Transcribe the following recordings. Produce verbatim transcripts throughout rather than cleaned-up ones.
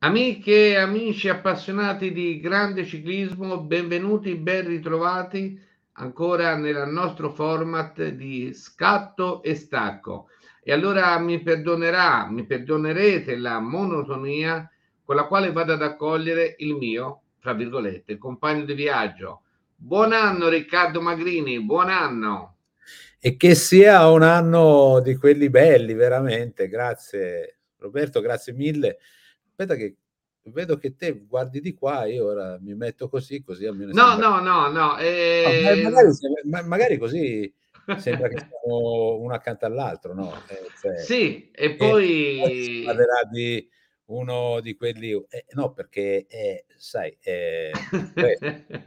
Amiche e amici appassionati di grande ciclismo, benvenuti, ben ritrovati ancora nel nostro format di scatto e stacco. E allora mi perdonerà, mi perdonerete la monotonia con la quale vado ad accogliere il mio, tra virgolette, compagno di viaggio. Buon anno Riccardo Magrini, buon anno. E che sia un anno di quelli belli, veramente. Grazie Roberto, grazie mille. Aspetta che vedo che te guardi di qua, io ora mi metto così, così almeno No, sembra. no, no, no. No, ma Eh... magari, ma magari così sembra che siamo uno accanto all'altro, no? Eh, cioè, Sì, e e si poi parlerà di uno di quelli, eh, no, perché è, sai, è questo.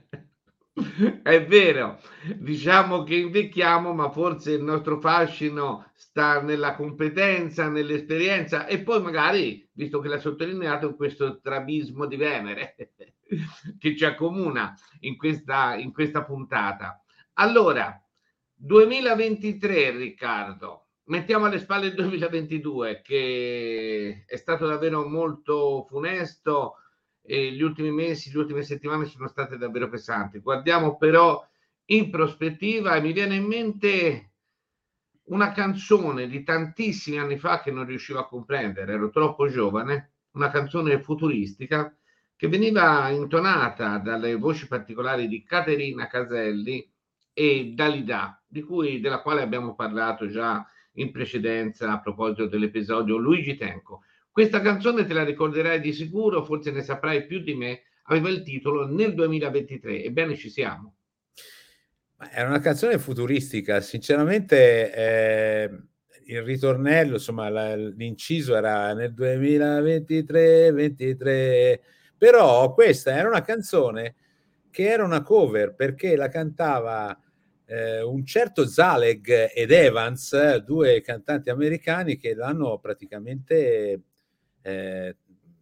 È vero, diciamo che invecchiamo, ma forse il nostro fascino sta nella competenza, nell'esperienza e poi magari, visto che l'ha sottolineato, in questo strabismo di Venere che ci accomuna in questa, in questa puntata. Allora, duemilaventitré, Riccardo, mettiamo alle spalle il duemilaventidue, che è stato davvero molto funesto e gli ultimi mesi, le ultime settimane sono state davvero pesanti. Guardiamo però in prospettiva e mi viene in mente una canzone di tantissimi anni fa che non riuscivo a comprendere, ero troppo giovane, una canzone futuristica che veniva intonata dalle voci particolari di Caterina Caselli e Dalida, di cui, della quale abbiamo parlato già in precedenza a proposito dell'episodio Luigi Tenco. Questa canzone te la ricorderai di sicuro, forse ne saprai più di me, aveva il titolo Nel duemilaventitré, ebbene ci siamo. Ma è una canzone futuristica, sinceramente, ehm, il ritornello, insomma, la l'inciso era nel duemilaventitré, ventitré, però questa era una canzone che era una cover, perché la cantava, ehm, un certo Zaleg ed Evans, due cantanti americani che l'hanno praticamente, ehm,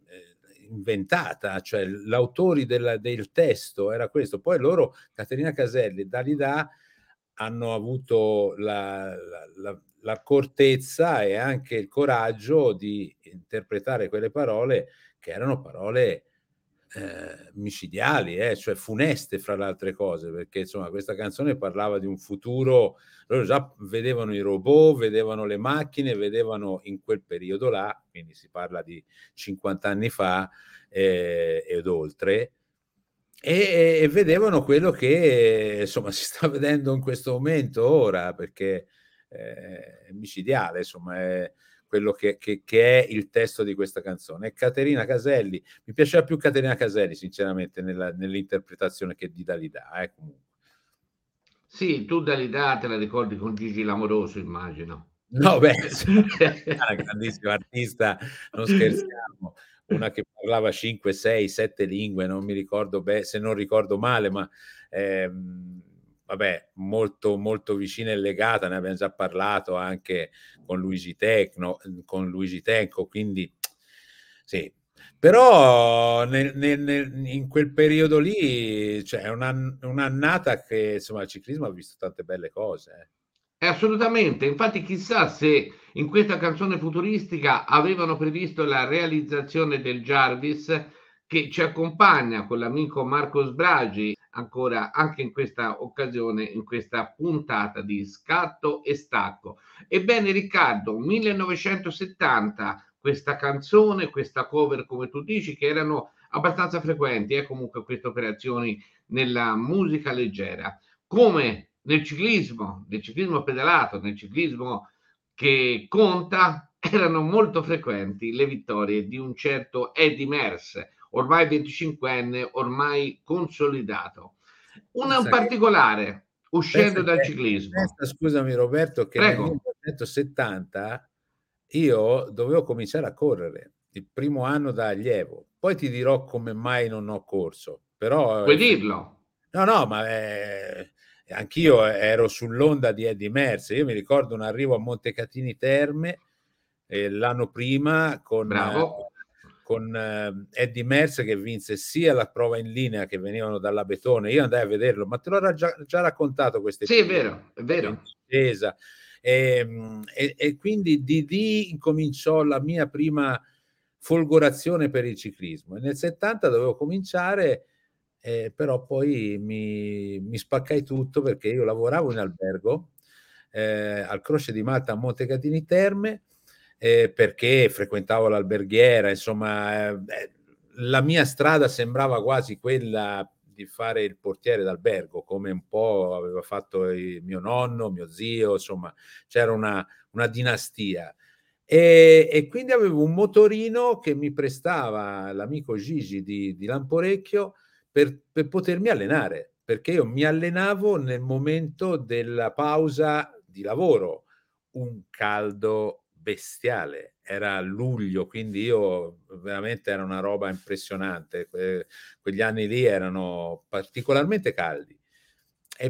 inventata, cioè l'autori del del testo era questo. Poi loro, Caterina Caselli e Dalida, hanno avuto la la la l'accortezza e anche il coraggio di interpretare quelle parole, che erano parole, ehm, micidiali, eh, cioè funeste fra le altre cose, perché insomma questa canzone parlava di un futuro. Loro già vedevano i robot, vedevano le macchine, vedevano in quel periodo là, quindi si parla di cinquanta anni fa, ehm, ed oltre, e e vedevano quello che insomma si sta vedendo in questo momento ora, perché, ehm, è micidiale, insomma, è quello che che che è il testo di questa canzone. E Caterina Caselli, mi piaceva più Caterina Caselli sinceramente nella nell'interpretazione che di Dalida, eh, comunque. Sì, tu Dalida te la ricordi con Gigi Lamoroso, immagino. No, beh, una grandissima artista, non scherziamo, una che parlava cinque, sei, sette lingue, non mi ricordo be se non ricordo male, ma, ehm, vabbè, molto, molto vicina e legata, ne abbiam già parlato anche con Luigi Tecno con Luigi Tenco, quindi sì. Però nel nel nel in quel periodo lì, cioè è un'an un'annata che, insomma, il ciclismo ha visto tante belle cose, eh. Eh, assolutamente, infatti chissà se in questa canzone futuristica avevano previsto la realizzazione del Jarvis che ci accompagna con l'amico Marco Sbragi ancora anche in questa occasione, in questa puntata di Scatto e Stacco. Ebbene Riccardo, millenovecentosettanta, questa canzone, questa cover come tu dici, che erano abbastanza frequenti, eh, comunque queste operazioni nella musica leggera. Come nel ciclismo, nel ciclismo pedalato, nel ciclismo che conta, erano molto frequenti le vittorie di un certo Eddy Merckx, ormai venticinquenne, ormai consolidato. Una in Pensa che particolare, pensa uscendo dal che ciclismo. pensa, scusami Roberto, che nel Prego, millenovecentosettanta io dovevo cominciare a correre, il primo anno da allievo. Poi ti dirò come mai non ho corso, però puoi effet dirlo? no, no, ma, ehm, anch'io ero sull'onda di Eddy Merckx. Io mi ricordo un arrivo a Montecatini Terme, ehm, l'anno prima con eh, Bravo. con eh, Eddy Merckx, che vinse sia la prova in linea, che venivano dall'Abetone. Io andai a vederlo, ma te l'ho ra già già raccontato questo Sì, è episodio. vero, è Vado in vero. discesa, ehm, e e quindi di lì incominciò la mia prima, folgorazione per il ciclismo e nel settanta dovevo cominciare, eh, però poi mi, mi spaccai tutto perché io lavoravo in albergo eh, al Croce di Malta a Montecatini Terme, eh, perché frequentavo l'alberghiera, insomma, eh, la mia strada sembrava quasi quella di fare il portiere d'albergo, come un po' aveva fatto il mio nonno, mio zio, insomma, c'era una, una dinastia. E, e quindi avevo un motorino che mi prestava l'amico Gigi di, di Lamporecchio per, per potermi allenare, perché io mi allenavo nel momento della pausa di lavoro, un caldo bestiale, era luglio, quindi io veramente era una roba impressionante, que- quegli anni lì erano particolarmente caldi. E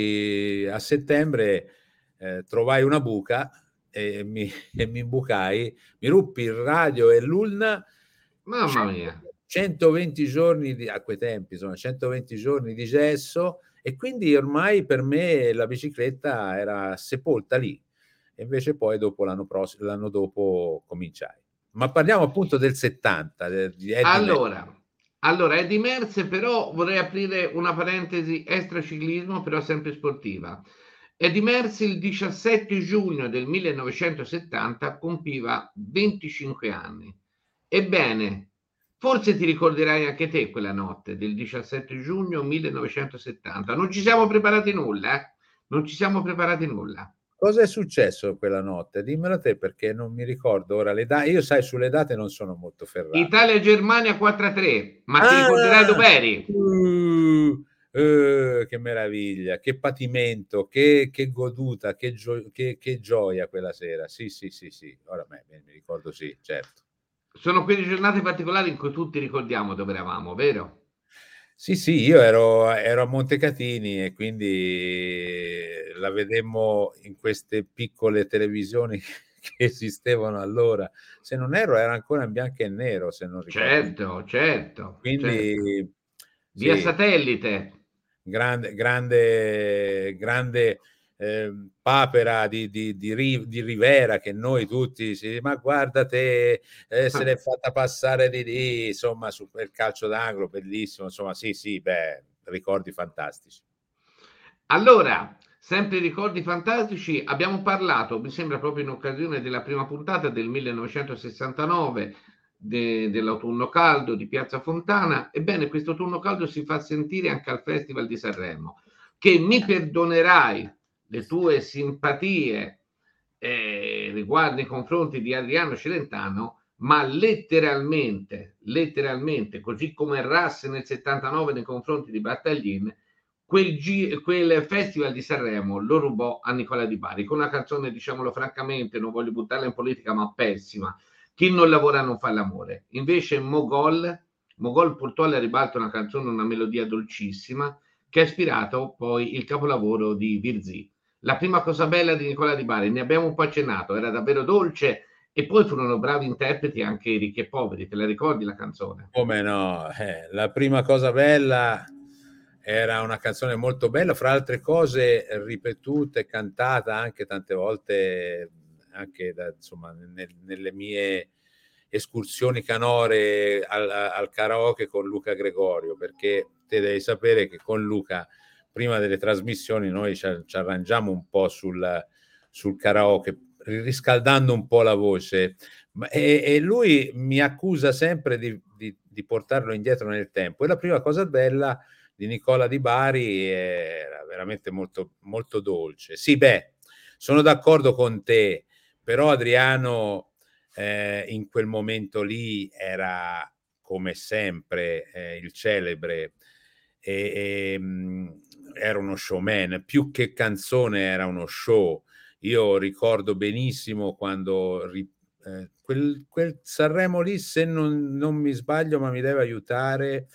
poi a settembre eh, trovai una buca e mi, e mi imbucai, mi ruppi il radio e l'ulna, Mamma mia. centoventi giorni di, a quei tempi, insomma, centoventi giorni di gesso, e quindi ormai per me la bicicletta era sepolta lì. E invece poi dopo l'anno prossimo, l'anno dopo cominciai. Ma parliamo appunto del settanta, di Eddie Merckx. Allora, allora è di Merse, però vorrei aprire una parentesi extraciclismo, però sempre sportiva. Eddie Merse il diciassette giugno del millenovecentosettanta compiva venticinque anni. Ebbene, forse ti ricorderai anche te quella notte del diciassette giugno millenovecentosettanta. Non ci siamo preparati nulla, eh? Non ci siamo preparati nulla. Cosa è successo quella notte? Dimmelo te perché non mi ricordo ora le date. Io sai, sulle date non sono molto ferrato. Italia-Germania quattro a tre, ma ti ricorderai Ah! dov'eri? Uh, uh, che meraviglia, che patimento, che, che goduta, che, gio- che, che gioia quella sera. Sì, sì, sì, sì. Ora me, me- mi ricordo, sì, certo. Sono quelle giornate particolari in cui tutti ricordiamo dove eravamo, vero? Sì, sì, io ero, ero a Montecatini e quindi la vedemmo in queste piccole televisioni che esistevano allora. Se non erro, era ancora in bianco e nero, se non ricordo male. Certo, certo, certo. Quindi Via sì, satellite. grande, grande, grande eh, papera di, di, di, Ri- di Rivera che noi tutti, sì, ma guarda te, eh, se l'è fatta passare di lì, insomma, su quel calcio d'angolo, bellissimo, insomma, sì, sì, beh, ricordi fantastici. Allora, sempre ricordi fantastici, abbiamo parlato, mi sembra proprio in occasione della prima puntata del millenovecentosessantanove, de- dell'autunno caldo di Piazza Fontana. Ebbene, questo autunno caldo si fa sentire anche al Festival di Sanremo, che mi perdonerai le tue simpatie eh, riguardo nei confronti di Adriano Celentano, ma letteralmente, letteralmente, così come Rass nel settantanove nei confronti di Battaglin, quel, G- quel festival di Sanremo lo rubò a Nicola Di Bari con una canzone, diciamolo francamente, non voglio buttarla in politica, ma pessima. Chi non lavora non fa l'amore. Invece Mogol, Mogol portò alla ribalta una canzone, una melodia dolcissima, che ha ispirato poi il capolavoro di Virzì. La prima cosa bella di Nicola Di Bari, ne abbiamo un po' accennato, era davvero dolce e poi furono bravi interpreti anche i ricchi e poveri, te la ricordi la canzone? Come no? Eh, la prima cosa bella era una canzone molto bella, fra altre cose ripetute e cantata anche tante volte, anche da, insomma, nel, nelle mie escursioni canore al, al karaoke con Luca Gregorio, perché te devi sapere che con Luca, prima delle trasmissioni, noi ci, ci arrangiamo un po' sul, sul karaoke, riscaldando un po' la voce. E, e lui mi accusa sempre di, di, di portarlo indietro nel tempo. E la prima cosa bella di Nicola Di Bari era veramente molto, molto dolce. Sì, beh, sono d'accordo con te, però Adriano eh, in quel momento lì era come sempre eh, il celebre, e, e, mh, era uno showman, più che canzone era uno show. Io ricordo benissimo quando ri, eh, quel, quel Sanremo lì, se non, non mi sbaglio, ma mi deve aiutare,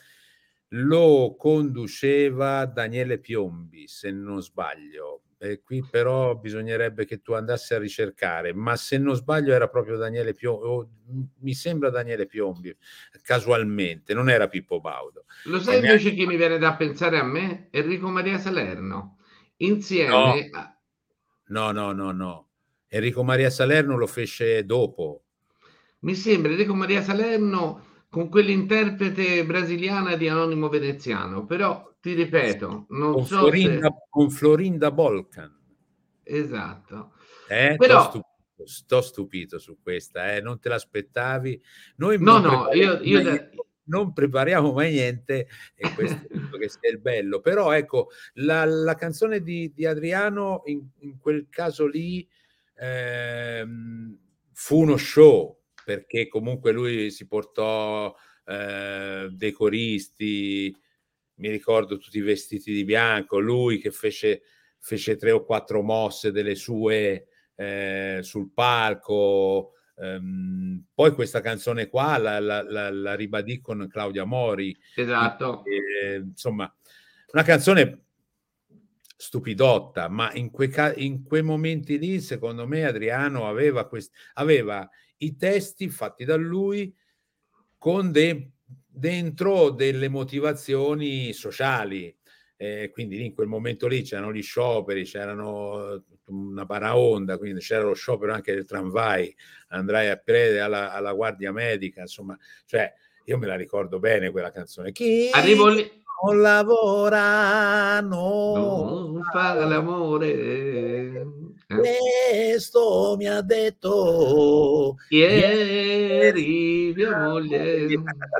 lo conduceva Daniele Piombi, se non sbaglio. E qui però bisognerebbe che tu andassi a ricercare, ma se non sbaglio era proprio Daniele Piombi, o, mi sembra Daniele Piombi, casualmente, non era Pippo Baudo. Lo E sai mi ha... invece chi mi viene da pensare a me? Enrico Maria Salerno, No, insieme a... no, no, no, no. Enrico Maria Salerno lo fece dopo. Mi sembra Enrico Maria Salerno con quell'interprete brasiliana di Anonimo Veneziano, però ti ripeto, non Con so Florinda, se con Florinda Bolkan. esatto. Eh, t'ho Però stupito, sto stupito su questa, eh, non te l'aspettavi. Noi no, non no, io, prepariamo io mai, da... non prepariamo mai niente e questo credo che sia il bello. Però ecco, la, la canzone di, di Adriano in, in quel caso lì ehm, fu uno show, perché comunque lui si portò eh, dei coristi, mi ricordo tutti vestiti di bianco, lui che fece, fece tre o quattro mosse delle sue eh, sul palco. Um, poi questa canzone qua la, la, la, la ribadì con Claudia Mori, in, Esatto. eh, insomma, una canzone stupidotta, ma in, que in quei momenti lì, secondo me, Adriano aveva, quest aveva i testi fatti da lui con de dentro delle motivazioni sociali. Eh, quindi lì in quel momento lì c'erano gli scioperi, c'erano una baraonda, quindi c'era lo sciopero anche del tramvai, andrai a piede alla, alla guardia medica, insomma, cioè io me la ricordo bene quella canzone. Chi Arrivo lì. non lavora non Non fa fa l'amore. Eh. questo mi ha detto ieri Ieri mia moglie.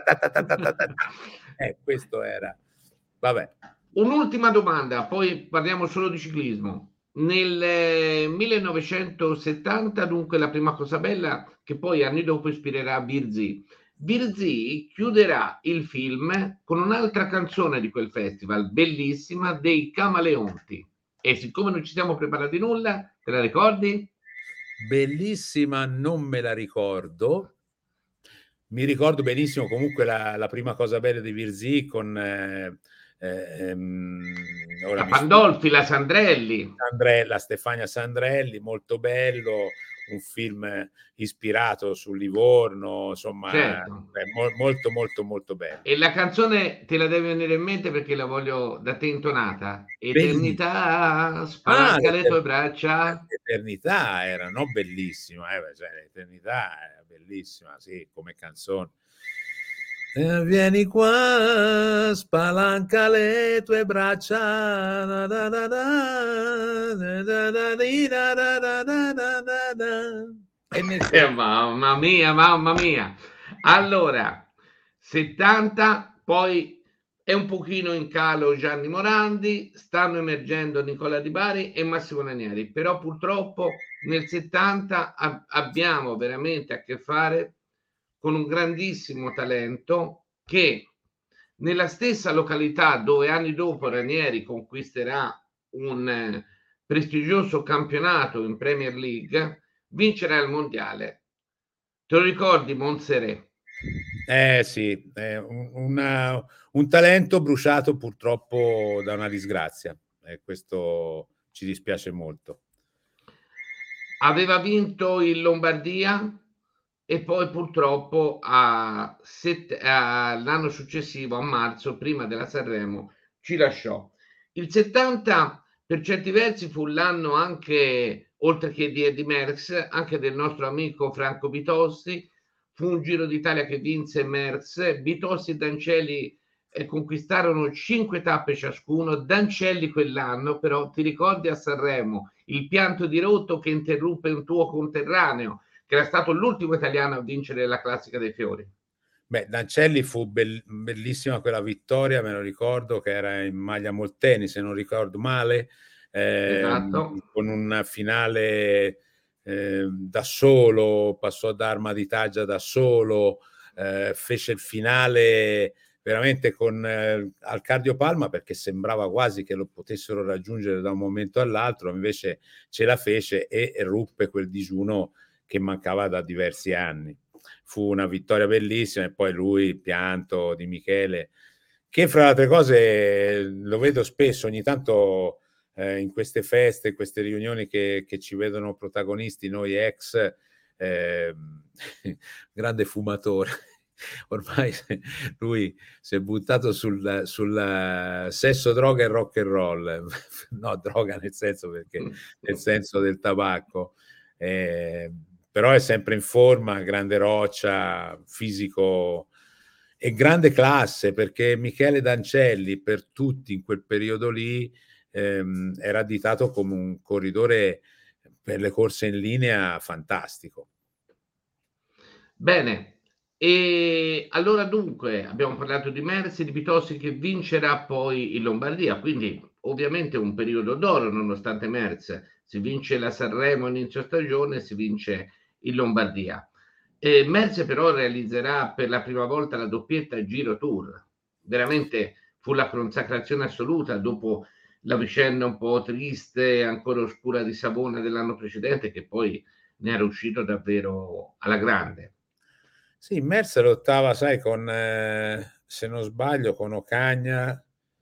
eh, questo era. Vabbè. Un'ultima domanda, poi parliamo solo di ciclismo. Nel eh, millenovecentosettanta, dunque, la prima cosa bella, che poi anni dopo ispirerà Birzì. Birzì chiuderà il film con un'altra canzone di quel festival, bellissima, dei Camaleonti. E siccome non ci siamo preparati nulla, te la ricordi? Bellissima, non me la ricordo. Mi ricordo benissimo comunque la, la prima cosa bella di Virzì con eh, ehm, ora La mi sfugge, Pandolfi, la Sandrelli. Andrella, Stefania Sandrelli, molto bello, un film ispirato sul Livorno, insomma, Certo. è mo molto molto molto bello. E la canzone te la deve venire in mente perché la voglio da te intonata. Bellissimo. Eternità, Ah, spalanca le tue l'Eternità, braccia. l'Eternità era, no, bellissima, eh, cioè, l'Eternità era bellissima, sì, come canzone. Eh, vieni qua, spalanca le tue braccia. Da, da, da, da, da, da, da, di, da, da, da, da, da, da, da. E nel Eh, senso, mamma mia, mamma mia. Allora, settanta, poi è un pochino in calo Gianni Morandi, stanno emergendo Nicola Di Bari e Massimo Ranieri, però purtroppo nel settanta ab- abbiamo veramente a che fare con un grandissimo talento che nella stessa località dove anni dopo Ranieri conquisterà un eh, prestigioso campionato in Premier League, vincerà il mondiale. Te lo ricordi, Montserrat? eh sì, è un, una, un talento bruciato purtroppo da una disgrazia, e questo ci dispiace molto. Aveva vinto in Lombardia e poi purtroppo a set- a- l'anno successivo, a marzo, prima della Sanremo, ci lasciò. Il settanta per certi versi fu l'anno anche, oltre che di Eddie Merckx, anche del nostro amico Franco Bitossi. Fu un Giro d'Italia che vinse Merckx. Bitossi e Dancelli eh, conquistarono cinque tappe ciascuno. Dancelli quell'anno, però, ti ricordi a Sanremo il pianto di rotto che interruppe un tuo conterraneo, che era stato l'ultimo italiano a vincere la classica dei fiori. Beh, Dancelli fu bell bellissima quella vittoria, me lo ricordo, che era in maglia Molteni, se non ricordo male, ehm, Esatto. con un finale ehm, da solo, passò ad Arma di Taggia da solo, eh, fece il finale veramente con eh, al cardiopalma, perché sembrava quasi che lo potessero raggiungere da un momento all'altro, invece ce la fece e, e ruppe quel digiuno che mancava da diversi anni. Fu una vittoria bellissima e poi lui, il pianto di Michele, che fra le altre cose lo vedo spesso, ogni tanto eh, in queste feste, in queste riunioni che, che ci vedono protagonisti, noi ex, eh, grande fumatore. Ormai lui si è buttato sul, sul sesso, droga e rock and roll, no, droga nel senso perché nel senso del tabacco. Eh, però è sempre in forma, grande roccia, fisico e grande classe, perché Michele Dancelli per tutti in quel periodo lì ehm, era additato come un corridore per le corse in linea fantastico. Bene, e allora dunque abbiamo parlato di Merckx, di Pitossi che vincerà poi in Lombardia, quindi ovviamente un periodo d'oro nonostante Merckx, si vince la Sanremo a inizio stagione, si vince in Lombardia. E Merckx però realizzerà per la prima volta la doppietta Giro Tour, veramente fu la consacrazione assoluta dopo la vicenda un po' triste, ancora oscura di Savona dell'anno precedente, che poi ne era uscito davvero alla grande. Sì, Merckx lottava, sai, con, eh, se non sbaglio, con Ocagna,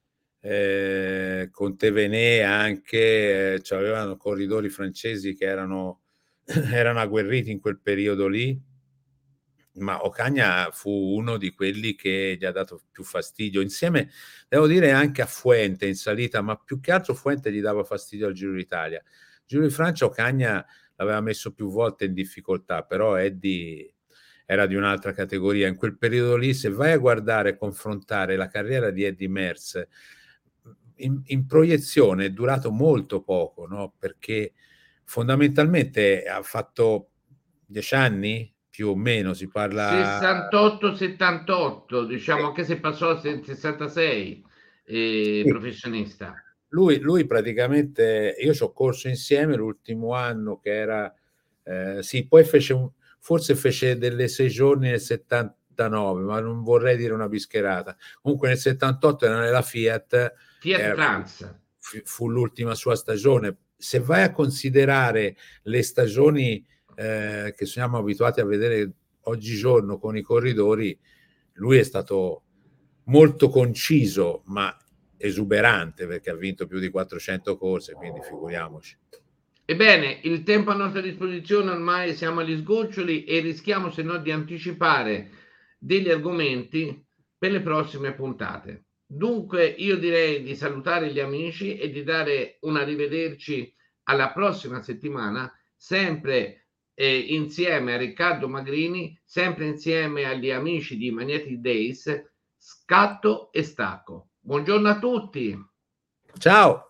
eh, con Thévenet anche, eh, cioè avevano corridori francesi che erano, erano agguerriti in quel periodo lì, ma Ocagna fu uno di quelli che gli ha dato più fastidio, insieme, devo dire, anche a Fuente in salita, ma più che altro Fuente gli dava fastidio al Giro d'Italia. Giro di Francia Ocagna l'aveva messo più volte in difficoltà, però Eddie era di un'altra categoria. In quel periodo lì, se vai a guardare e confrontare la carriera di Eddy Merckx, in, in proiezione è durato molto poco, no? Perché fondamentalmente ha fatto dieci anni, più o meno, si parla... sessantotto settantotto, diciamo, Sì, anche se passò al sessantasei eh, sì. professionista. Lui, lui praticamente, io ci ho corso insieme l'ultimo anno che era, eh, sì, poi fece un, forse fece delle sei giorni nel settantanove, ma non vorrei dire una bischerata. Comunque nel settantotto era nella Fiat, Fiat era, fu, France. fu, fu l'ultima sua stagione. Se vai a considerare le stagioni eh, che siamo abituati a vedere oggigiorno con i corridori, lui è stato molto conciso, ma esuberante, perché ha vinto più di quattrocento corse, quindi figuriamoci. Ebbene, il tempo a nostra disposizione ormai siamo agli sgoccioli e rischiamo se no di anticipare degli argomenti per le prossime puntate. Dunque io direi di salutare gli amici e di dare un arrivederci alla prossima settimana, sempre eh, insieme a Riccardo Magrini, sempre insieme agli amici di Magnetic Days, Scatto e Stacco. Buongiorno a tutti. Ciao!